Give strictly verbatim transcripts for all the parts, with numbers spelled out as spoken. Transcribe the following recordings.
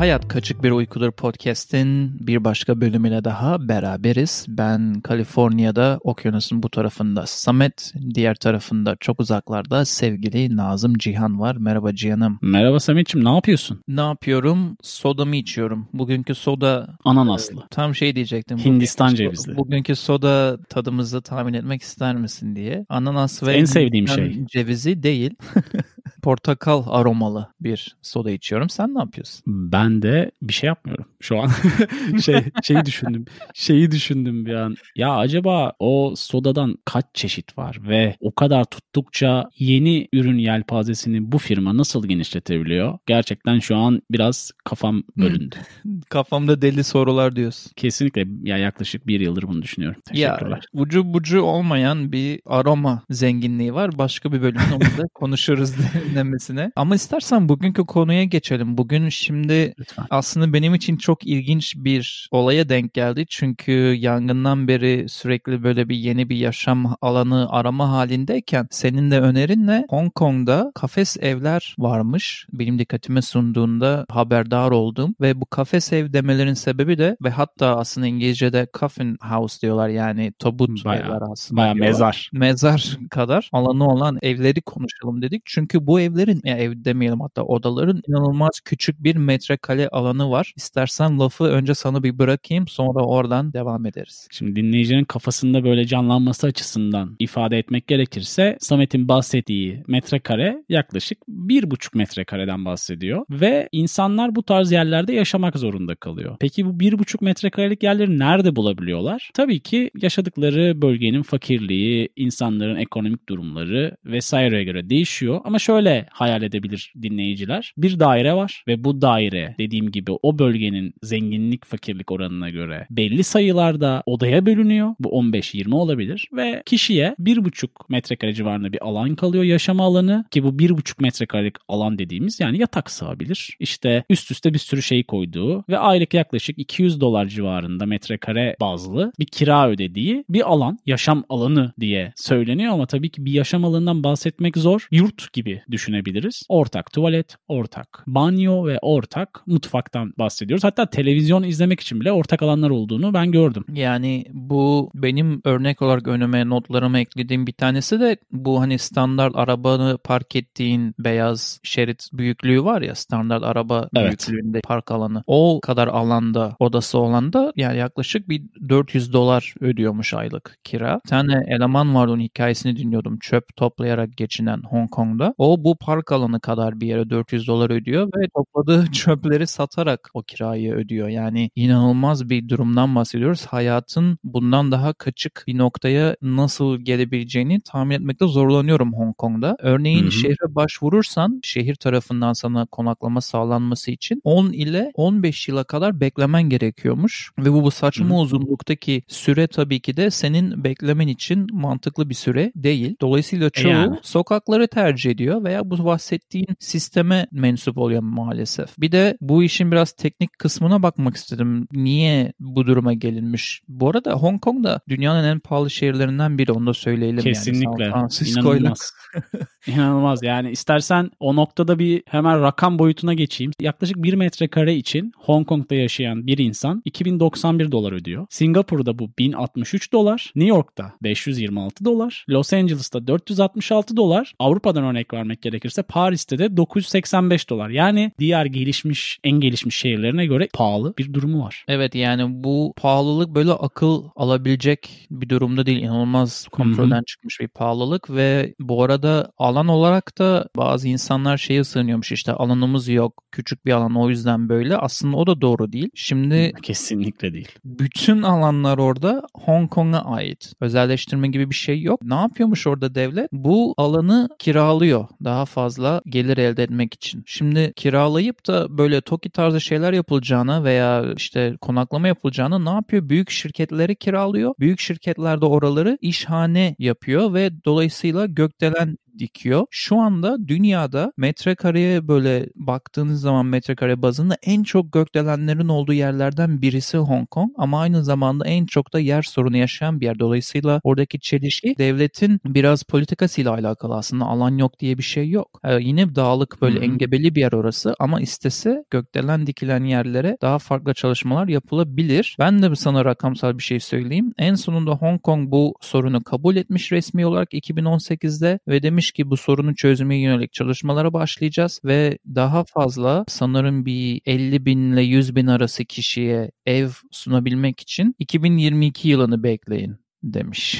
Hayat Kaçık Bir Uykudur podcast'in bir başka bölümüyle daha beraberiz. Ben Kaliforniya'da, okyanusun bu tarafında Samet, diğer tarafında çok uzaklarda sevgili Nazım Cihan var. Merhaba Cihan'ım. Merhaba Samet'ciğim, ne yapıyorsun? Ne yapıyorum? Sodamı içiyorum. Bugünkü soda... Ananaslı. E, tam şey diyecektim. Hindistan bugünkü, cevizli. Bugünkü soda tadımızı tahmin etmek ister misin diye. Ananas ve En sevdiğim Hindistan şey. cevizi değil. Portakal aromalı bir soda içiyorum. Sen ne yapıyorsun? Ben de bir şey yapmıyorum şu an. şey şeyi düşündüm. Şeyi düşündüm bir an. Ya acaba o sodadan kaç çeşit var ve o kadar tuttukça yeni ürün yelpazesini bu firma nasıl genişletebiliyor? Gerçekten şu an biraz kafam bölündü. Kafamda deli sorular diyorsun. Kesinlikle, ya yaklaşık bir yıldır bunu düşünüyorum. Teşekkürler. Ya ucu bucu olmayan bir aroma zenginliği var. Başka bir bölümün onu da konuşuruz denmesine. Ama istersen bugünkü konuya geçelim. Bugün şimdi Lütfen. aslında benim için çok ilginç bir olaya denk geldi. Çünkü yangından beri sürekli böyle bir yeni bir yaşam alanı arama halindeyken senin de önerinle Hong Kong'da kafes evler varmış. Benim dikkatime sunduğunda haberdar oldum ve bu kafes ev demelerin sebebi de ve hatta aslında İngilizce'de coffin house diyorlar, yani tabut Bayağı, evler aslında. Bayağı diyorlar. mezar. Mezar kadar alanı olan evleri konuşalım dedik. Çünkü bu evlerin, ya ev demeyelim hatta odaların inanılmaz küçük bir metrekare alanı var. İstersen lafı önce sana bir bırakayım, sonra oradan devam ederiz. Şimdi dinleyicinin kafasında böyle canlanması açısından ifade etmek gerekirse Samet'in bahsettiği metrekare yaklaşık bir buçuk metrekareden bahsediyor ve insanlar bu tarz yerlerde yaşamak zorunda kalıyor. Peki bu bir buçuk metrekarelik yerleri nerede bulabiliyorlar? Tabii ki yaşadıkları bölgenin fakirliği, insanların ekonomik durumları vesaireye göre değişiyor. Ama şöyle hayal edebilir dinleyiciler. Bir daire var ve bu daire dediğim gibi o bölgenin zenginlik fakirlik oranına göre belli sayılarda odaya bölünüyor. Bu on beş yirmi olabilir ve kişiye bir buçuk metrekare civarında bir alan kalıyor, yaşama alanı, ki bu bir buçuk metrekarelik alan dediğimiz yani yatak sığabilir. İşte üst üste bir sürü şey koyduğu ve aylık yaklaşık iki yüz dolar civarında metrekare bazlı bir kira ödediği bir alan, yaşam alanı diye söyleniyor ama tabii ki bir yaşam alanından bahsetmek zor. Yurt gibi düşünebiliriz. Ortak tuvalet, ortak banyo ve ortak mutfaktan bahsediyoruz. Hatta televizyon izlemek için bile ortak alanlar olduğunu ben gördüm. Yani bu benim örnek olarak önüme notlarıma eklediğim bir tanesi de bu, hani standart arabanı park ettiğin beyaz şerit büyüklüğü var ya, standart araba Evet. büyüklüğünde park alanı. O kadar alanda odası olan da yani yaklaşık bir dört yüz dolar ödüyormuş aylık kira. Bir tane eleman vardı, onun hikayesini dinliyordum. Çöp toplayarak geçinen Hong Kong'da. O bu park alanı kadar bir yere dört yüz dolar ödüyor ve topladığı çöpleri satarak o kirayı ödüyor. Yani inanılmaz bir durumdan bahsediyoruz. Hayatın bundan daha kaçık bir noktaya nasıl gelebileceğini tahmin etmekte zorlanıyorum Hong Kong'da. Örneğin Hı hı. şehre başvurursan şehir tarafından sana konaklama sağlanması için on ile on beş yıla kadar beklemen gerekiyormuş. Ve bu, bu saçma Hı hı. uzunluktaki süre tabii ki de senin beklemen için mantıklı bir süre değil. Dolayısıyla çoğu Yani. sokakları tercih ediyor veya bu bahsettiğin sisteme mensup oluyor maalesef. Bir de bu işin biraz teknik kısmına bakmak istedim. Niye bu duruma gelinmiş? Bu arada Hong Kong da dünyanın en pahalı şehirlerinden biri, onu da söyleyelim. Kesinlikle. Yani San Francisco'yla. İnanılmaz. İnanılmaz. Yani istersen o noktada bir hemen rakam boyutuna geçeyim. Yaklaşık bir metrekare için Hong Kong'da yaşayan bir insan iki bin doksan bir dolar ödüyor. Singapur'da bu bin altmış üç dolar. New York'ta beş yüz yirmi altı dolar. Los Angeles'ta dört yüz altmış altı dolar. Avrupa'dan örnek vermek gerekirse Paris'te de dokuz yüz seksen beş dolar. Yani diğer gelişmiş, en gelişmiş şehirlerine göre pahalı bir durumu var. Evet, yani bu pahalılık böyle akıl alabilecek bir durumda değil. İnanılmaz kontrolden Hı-hı. çıkmış bir pahalılık ve bu arada alan olarak da bazı insanlar şeye sığınıyormuş, işte alanımız yok, küçük bir alan, o yüzden böyle. Aslında o da doğru değil. Şimdi kesinlikle değil. Bütün alanlar orada Hong Kong'a ait. Özelleştirme gibi bir şey yok. Ne yapıyormuş orada devlet? Bu alanı kiralıyor daha fazla gelir elde etmek için. Şimdi kiralayıp da böyle TOKİ tarzı şeyler yapılacağına veya işte konaklama yapılacağına ne yapıyor? Büyük şirketleri kiralıyor. Büyük şirketler de oraları işhane yapıyor ve dolayısıyla gökdelen dikiyor. Şu anda dünyada metrekareye böyle baktığınız zaman metrekare bazında en çok gökdelenlerin olduğu yerlerden birisi Hong Kong ama aynı zamanda en çok da yer sorunu yaşayan bir yer. Dolayısıyla oradaki çelişki devletin biraz politikasıyla alakalı aslında. Alan yok diye bir şey yok. Ee, yine dağlık böyle Hı-hı. engebeli bir yer orası ama istese gökdelen dikilen yerlere daha farklı çalışmalar yapılabilir. Ben de sana rakamsal bir şey söyleyeyim. En sonunda Hong Kong bu sorunu kabul etmiş resmi olarak iki bin on sekizde ve demiş ki bu sorunu çözmeye yönelik çalışmalara başlayacağız ve daha fazla sanırım bir elli bin ile yüz bin arası kişiye ev sunabilmek için iki bin yirmi iki yılını bekleyin demiş.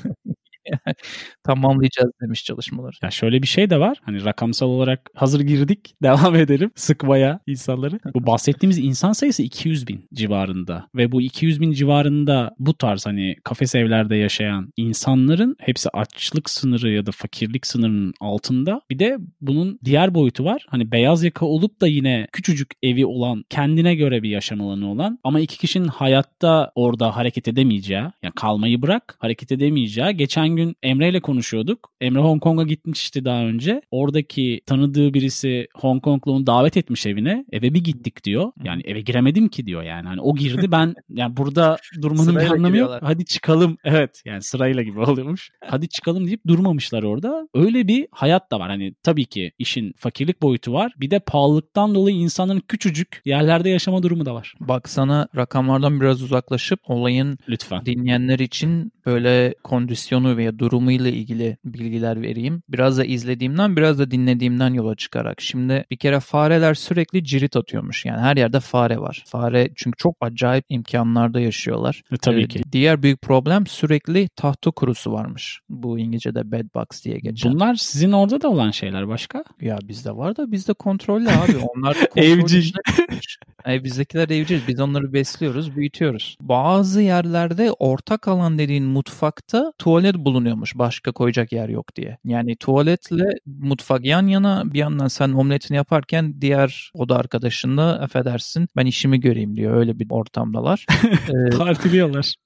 Tamamlayacağız demiş çalışmaları. Ya şöyle bir şey de var. Hani rakamsal olarak hazır girdik. Devam edelim. Sıkmaya insanları. Bu bahsettiğimiz insan sayısı iki yüz bin civarında. Ve bu iki yüz bin civarında bu tarz hani kafes evlerde yaşayan insanların hepsi açlık sınırı ya da fakirlik sınırının altında. Bir de bunun diğer boyutu var. Hani beyaz yaka olup da yine küçücük evi olan, kendine göre bir yaşam alanı olan ama iki kişinin hayatta orada hareket edemeyeceği, yani kalmayı bırak, hareket edemeyeceği. Geçen gün Emre ile konuşuyorduk. Emre Hong Kong'a gitmişti daha önce. Oradaki tanıdığı birisi Hong Kong'lu onu davet etmiş evine. Eve bir gittik diyor. Yani eve giremedim ki diyor yani. Hani o girdi ben yani burada durmanın sırayla bir anlamı giriyorlar. Yok. Hadi çıkalım. Evet yani sırayla gibi oluyormuş. Hadi çıkalım deyip durmamışlar orada. Öyle bir hayat da var. Hani tabii ki işin fakirlik boyutu var. Bir de pahalılıktan dolayı insanların küçücük yerlerde yaşama durumu da var. Bak sana rakamlardan biraz uzaklaşıp olayın lütfen dinleyenler için böyle kondisyonu veya durumuyla ilgili bilgiler vereyim. Biraz da izlediğimden biraz da dinlediğimden yola çıkarak. Şimdi bir kere fareler sürekli cirit atıyormuş. Yani her yerde fare var. Fare çünkü çok acayip imkanlarda yaşıyorlar. E, tabii ee, ki. Diğer büyük problem sürekli tahta kurusu varmış. Bu İngilizce'de bedbugs diye geçer. Bunlar sizin orada da olan şeyler başka? Ya bizde var da bizde kontrollü abi. Onlar kontrol evcil. Yani bizdekiler evcil. Biz onları besliyoruz, büyütüyoruz. Bazı yerlerde ortak alan dediğin mutfakta tuvalet bulunuyormuş. Başka koyacak yer yok diye. Yani tuvaletle mutfak yan yana, bir yandan sen omletini yaparken diğer oda arkadaşınla affedersin ben işimi göreyim diyor. Öyle bir ortamdalar. ee, Partiliyorlar.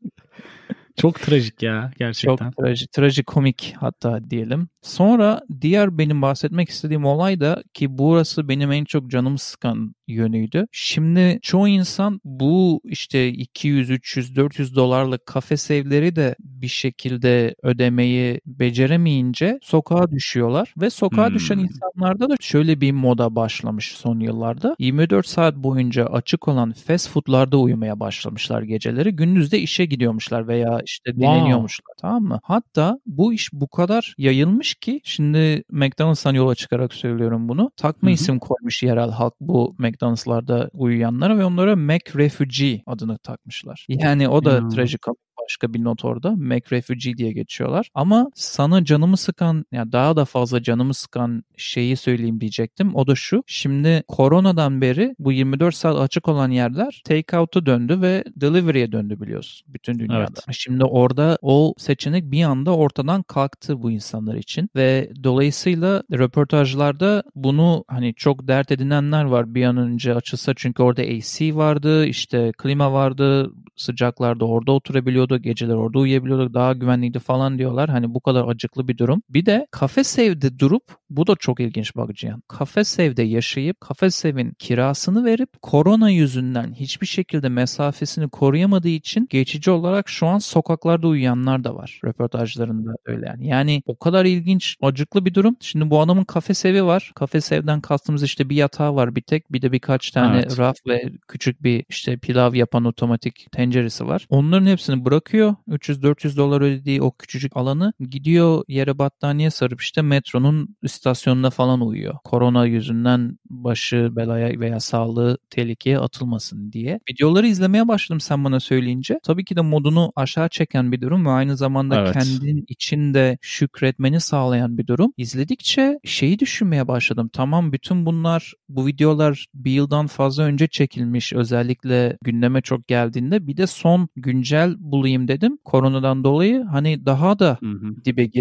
Çok trajik ya gerçekten. Çok trajik, trajikomik hatta diyelim. Sonra diğer benim bahsetmek istediğim olay da ki burası benim en çok canımı sıkan yönüydü. Şimdi çoğu insan bu işte iki yüz, üç yüz, dört yüz dolarlık kafes evleri de bir şekilde ödemeyi beceremeyince sokağa düşüyorlar ve sokağa hmm. düşen insanlarda da şöyle bir moda başlamış son yıllarda. yirmi dört saat boyunca açık olan fast foodlarda uyumaya başlamışlar geceleri. Gündüz de işe gidiyormuşlar veya işte dinleniyormuşlar, wow. Tamam mı? Hatta bu iş bu kadar yayılmış ki şimdi McDonald's'tan yola çıkarak söylüyorum bunu. Takma Hı-hı. isim koymuş yerel halk bu McDonald's'larda uyuyanlara ve onlara McRefugee adını takmışlar. Yani o da hmm. trajik başka bir not orada. McRefugee diye geçiyorlar. Ama sana canımı sıkan, yani daha da fazla canımı sıkan şeyi söyleyeyim diyecektim. O da şu. Şimdi koronadan beri bu yirmi dört saat açık olan yerler take-out'a döndü ve delivery'e döndü biliyorsun. Bütün dünyada. Evet. Şimdi orada o seçenek bir anda ortadan kalktı bu insanlar için ve dolayısıyla röportajlarda bunu hani çok dert edinenler var bir an önce açılsa çünkü orada A C vardı, işte klima vardı, sıcaklarda orada oturabiliyordu, geceler orada uyuyabiliyordu, daha güvenliydi falan diyorlar. Hani bu kadar acıklı bir durum. Bir de kafes evde durup, bu da çok ilginç bak Cihan. Kafes evde yaşayıp, kafes evin kirasını verip, korona yüzünden hiçbir şekilde mesafesini koruyamadığı için geçici olarak şu an sokaklarda uyuyanlar da var. Röportajlarında öyle yani. Yani o kadar ilginç, acıklı bir durum. Şimdi bu adamın kafes evi var. Kafes evden kastımız işte bir yatağı var bir tek. Bir de birkaç tane evet. raf ve küçük bir işte pilav yapan otomatik tenceresi var. Onların hepsini bırakıyor. üç yüz dört yüz dolar ödediği o küçücük alanı gidiyor yere battaniye sarıp işte metronun istasyonunda falan uyuyor. Korona yüzünden başı belaya veya sağlığı tehlikeye atılmasın diye. Videoları izlemeye başladım sen bana söyleyince. Tabii ki de modunu aşağı çeken bir durum ve aynı zamanda evet. kendin içinde şükretmeni sağlayan bir durum. İzledikçe şeyi düşünmeye başladım. Tamam bütün bunlar, bu videolar bir yıldan fazla önce çekilmiş. Özellikle gündeme çok geldiğinde bir de son güncel bulayım dedim. Koronadan dolayı hani daha da hı hı. dibe girdi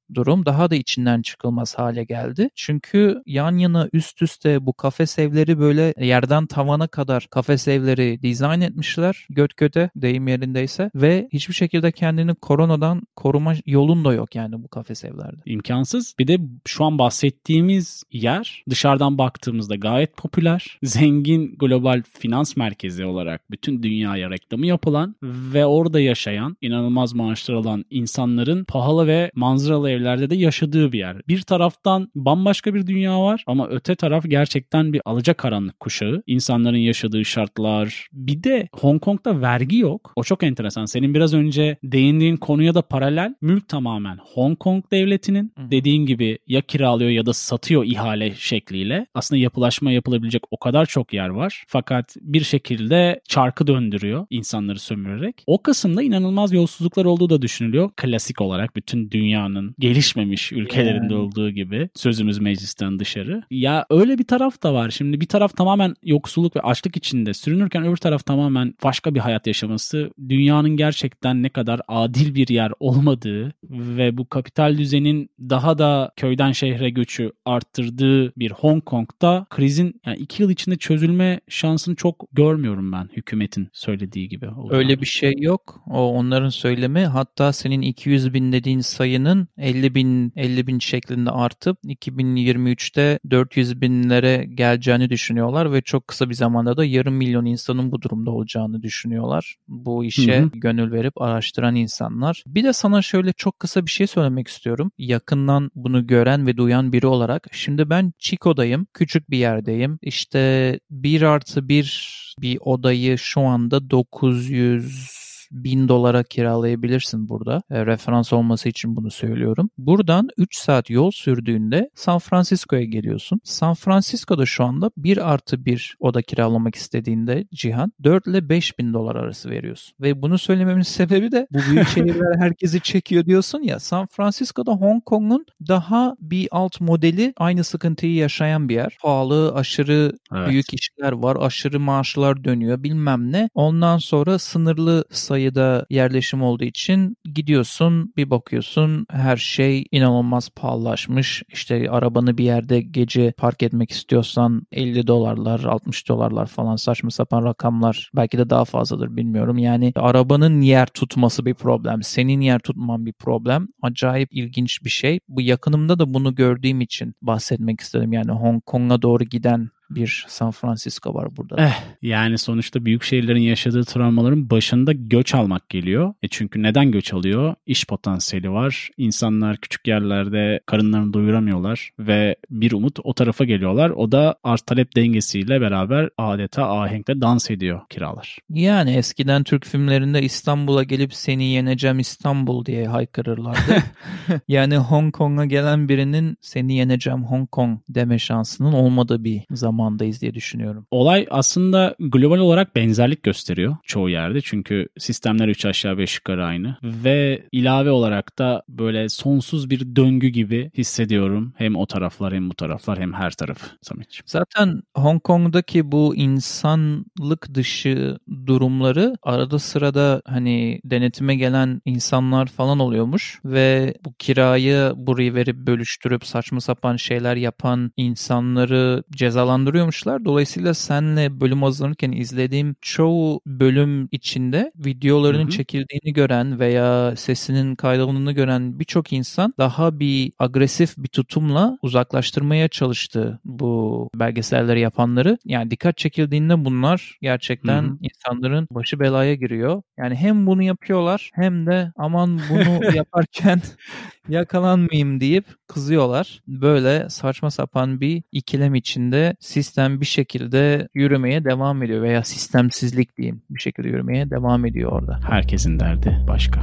durum daha da içinden çıkılmaz hale geldi. Çünkü yan yana üst üste bu kafes evleri böyle yerden tavana kadar kafes evleri dizayn etmişler. Göt göte deyim yerindeyse ve hiçbir şekilde kendini koronadan koruma yolun da yok yani bu kafes evlerde. İmkansız. Bir de şu an bahsettiğimiz yer dışarıdan baktığımızda gayet popüler. Zengin global finans merkezi olarak bütün dünyaya reklamı yapılan ve orada yaşayan, inanılmaz maaşlar alan insanların pahalı ve manzaralı evlerde de yaşadığı bir yer. Bir taraftan bambaşka bir dünya var ama öte taraf gerçekten bir alacakaranlık kuşağı. İnsanların yaşadığı şartlar. Bir de Hong Kong'da vergi yok. O çok enteresan. Senin biraz önce değindiğin konuya da paralel. Mülk tamamen Hong Kong devletinin. Hı. Dediğin gibi ya kiralıyor ya da satıyor ihale şekliyle. Aslında yapılaşma yapılabilecek o kadar çok yer var. Fakat bir şekilde çarkı döndürüyor insanları sömürerek. O kısımda inanılmaz yolsuzluklar olduğu da düşünülüyor. Klasik olarak bütün dünyanın gelişmemiş ülkelerinde yani olduğu gibi. Sözümüz meclisten dışarı. Ya öyle bir taraf da var. Şimdi bir taraf tamamen yoksulluk ve açlık içinde sürünürken öbür taraf tamamen başka bir hayat yaşaması. Dünyanın gerçekten ne kadar adil bir yer olmadığı ve bu kapital düzenin daha da köyden şehre göçü arttırdığı bir Hong Kong'da krizin yani iki yıl içinde çözülme şansını çok görmüyorum ben hükümetin söylediği gibi. Öyle bir şey yok. O onların söylemi. Hatta senin iki yüz bin dediğin sayının elli bin elli bin şeklinde artıp iki bin yirmi üçte dört yüz binlere geleceğini düşünüyorlar ve çok kısa bir zamanda da yarım milyon insanın bu durumda olacağını düşünüyorlar. Bu işe hı hı. gönül verip araştıran insanlar. Bir de sana şöyle çok kısa bir şey söylemek istiyorum. Yakından bunu gören ve duyan biri olarak. Şimdi ben Chico'dayım. Küçük bir yerdeyim. İşte bir artı bir bir odayı şu anda dokuz yüz bin dolara kiralayabilirsin burada. E, referans olması için bunu söylüyorum. Buradan üç saat yol sürdüğünde San Francisco'ya geliyorsun. San Francisco'da şu anda bir artı bir oda kiralamak istediğinde Cihan dört ile beş bin dolar arası veriyorsun. Ve bunu söylememin sebebi de bu büyük şehirler herkesi çekiyor diyorsun ya. San Francisco'da Hong Kong'un daha bir alt modeli aynı sıkıntıyı yaşayan bir yer. Pahalı, aşırı evet. büyük işler var, aşırı maaşlar dönüyor bilmem ne. Ondan sonra sınırlı sayı sayıda yerleşim olduğu için gidiyorsun bir bakıyorsun her şey inanılmaz pahalılaşmış. İşte arabanı bir yerde gece park etmek istiyorsan elli dolarlar altmış dolarlar falan saçma sapan rakamlar belki de daha fazladır bilmiyorum. Yani arabanın yer tutması bir problem. Senin yer tutman bir problem. Acayip ilginç bir şey. Bu yakınımda da bunu gördüğüm için bahsetmek istedim. Yani Hong Kong'a doğru giden bir San Francisco var burada. Eh, yani sonuçta büyük şehirlerin yaşadığı travmaların başında göç almak geliyor. E çünkü neden göç alıyor? İş potansiyeli var. İnsanlar küçük yerlerde karınlarını doyuramıyorlar ve bir umut o tarafa geliyorlar. O da arz talep dengesiyle beraber adeta ahenkle dans ediyor kiralar. Yani eskiden Türk filmlerinde İstanbul'a gelip seni yeneceğim İstanbul diye haykırırlardı. Yani Hong Kong'a gelen birinin seni yeneceğim Hong Kong deme şansının olmadığı bir zaman zamandayız diye düşünüyorum. Olay aslında global olarak benzerlik gösteriyor çoğu yerde. Çünkü sistemler üç aşağı beş yukarı aynı. Ve ilave olarak da böyle sonsuz bir döngü gibi hissediyorum. Hem o taraflar hem bu taraflar hem her tarafı Sametciğim. Zaten Hong Kong'daki bu insanlık dışı durumları arada sırada hani denetime gelen insanlar falan oluyormuş. Ve bu kirayı burayı verip bölüştürüp saçma sapan şeyler yapan insanları cezalandırıyorlar. Dolayısıyla senle bölüm hazırlanırken izlediğim çoğu bölüm içinde videolarının hı hı. çekildiğini gören veya sesinin kaydolduğunu gören birçok insan daha bir agresif bir tutumla uzaklaştırmaya çalıştı bu belgeselleri yapanları. Yani dikkat çekildiğinde bunlar gerçekten hı hı. insanların başı belaya giriyor. Yani hem bunu yapıyorlar hem de aman bunu yaparken yakalanmayayım deyip kızıyorlar. Böyle saçma sapan bir ikilem içinde sistem bir şekilde yürümeye devam ediyor veya sistemsizlik diyeyim bir şekilde yürümeye devam ediyor orada. Herkesin derdi başka.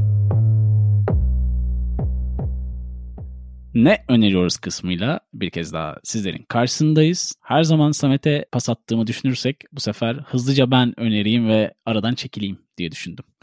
Ne öneriyoruz kısmıyla bir kez daha sizlerin karşısındayız. Her zaman Samet'e pas attığımı düşünürsek bu sefer hızlıca ben önereyim ve aradan çekileyim diye düşündüm.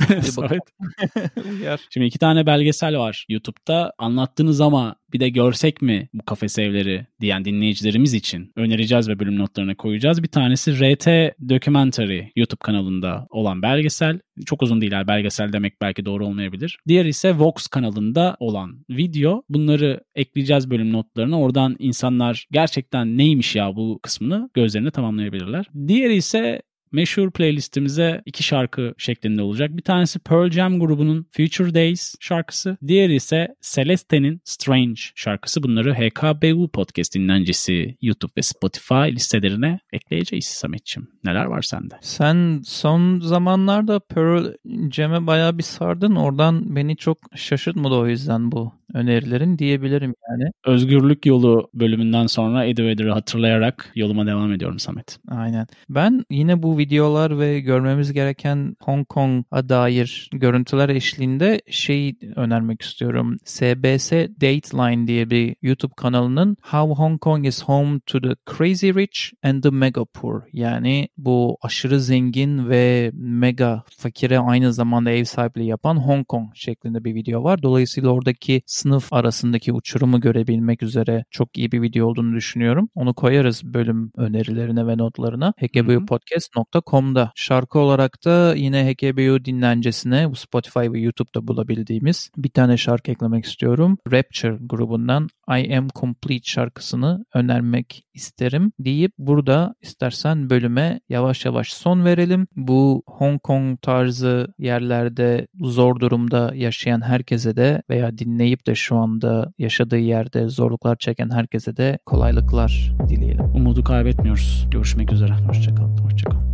Evet. Şimdi iki tane belgesel var YouTube'da. Anlattınız ama bir de görsek mi bu kafes evleri diyen dinleyicilerimiz için önereceğiz ve bölüm notlarına koyacağız. Bir tanesi R T Documentary YouTube kanalında olan belgesel. Çok uzun değil, yani belgesel demek belki doğru olmayabilir. Diğer ise Vox kanalında olan video. Bunları ekleyeceğiz bölüm notlarına. Oradan insanlar gerçekten neymiş ya bu kısmını gözlerine tamamlayabilirler. Diğeri ise meşhur playlistimize iki şarkı şeklinde olacak. Bir tanesi Pearl Jam grubunun Future Days şarkısı. Diğeri ise Celeste'nin Strange şarkısı. Bunları H K B U Podcast dinlencesi YouTube ve Spotify listelerine ekleyeceğiz Samet'ciğim. Neler var sende? Sen son zamanlarda Pearl Jam'e bayağı bir sardın. Oradan beni çok şaşırtmadı o yüzden bu önerilerin diyebilirim yani. Özgürlük Yolu bölümünden sonra Eddie Vedder'ı hatırlayarak yoluma devam ediyorum Samet. Aynen. Ben yine bu videolar ve görmemiz gereken Hong Kong'a dair görüntüler eşliğinde şey önermek istiyorum. S B S Dateline diye bir YouTube kanalının How Hong Kong is Home to the Crazy Rich and the Mega Poor. Yani bu aşırı zengin ve mega fakire aynı zamanda ev sahipliği yapan Hong Kong şeklinde bir video var. Dolayısıyla oradaki sınıf arasındaki uçurumu görebilmek üzere çok iyi bir video olduğunu düşünüyorum. Onu koyarız bölüm önerilerine ve notlarına h k b u podcast nokta com'da. Şarkı olarak da yine H K B U dinlencesine bu Spotify ve YouTube'da bulabildiğimiz bir tane şarkı eklemek istiyorum. Rapture grubundan I Am Complete şarkısını önermek isterim deyip burada istersen bölüme yavaş yavaş son verelim. Bu Hong Kong tarzı yerlerde zor durumda yaşayan herkese de veya dinleyip de şu anda yaşadığı yerde zorluklar çeken herkese de kolaylıklar dileyelim. Umudu kaybetmiyoruz. Görüşmek üzere. Hoşça kalın. Hoşça kalın.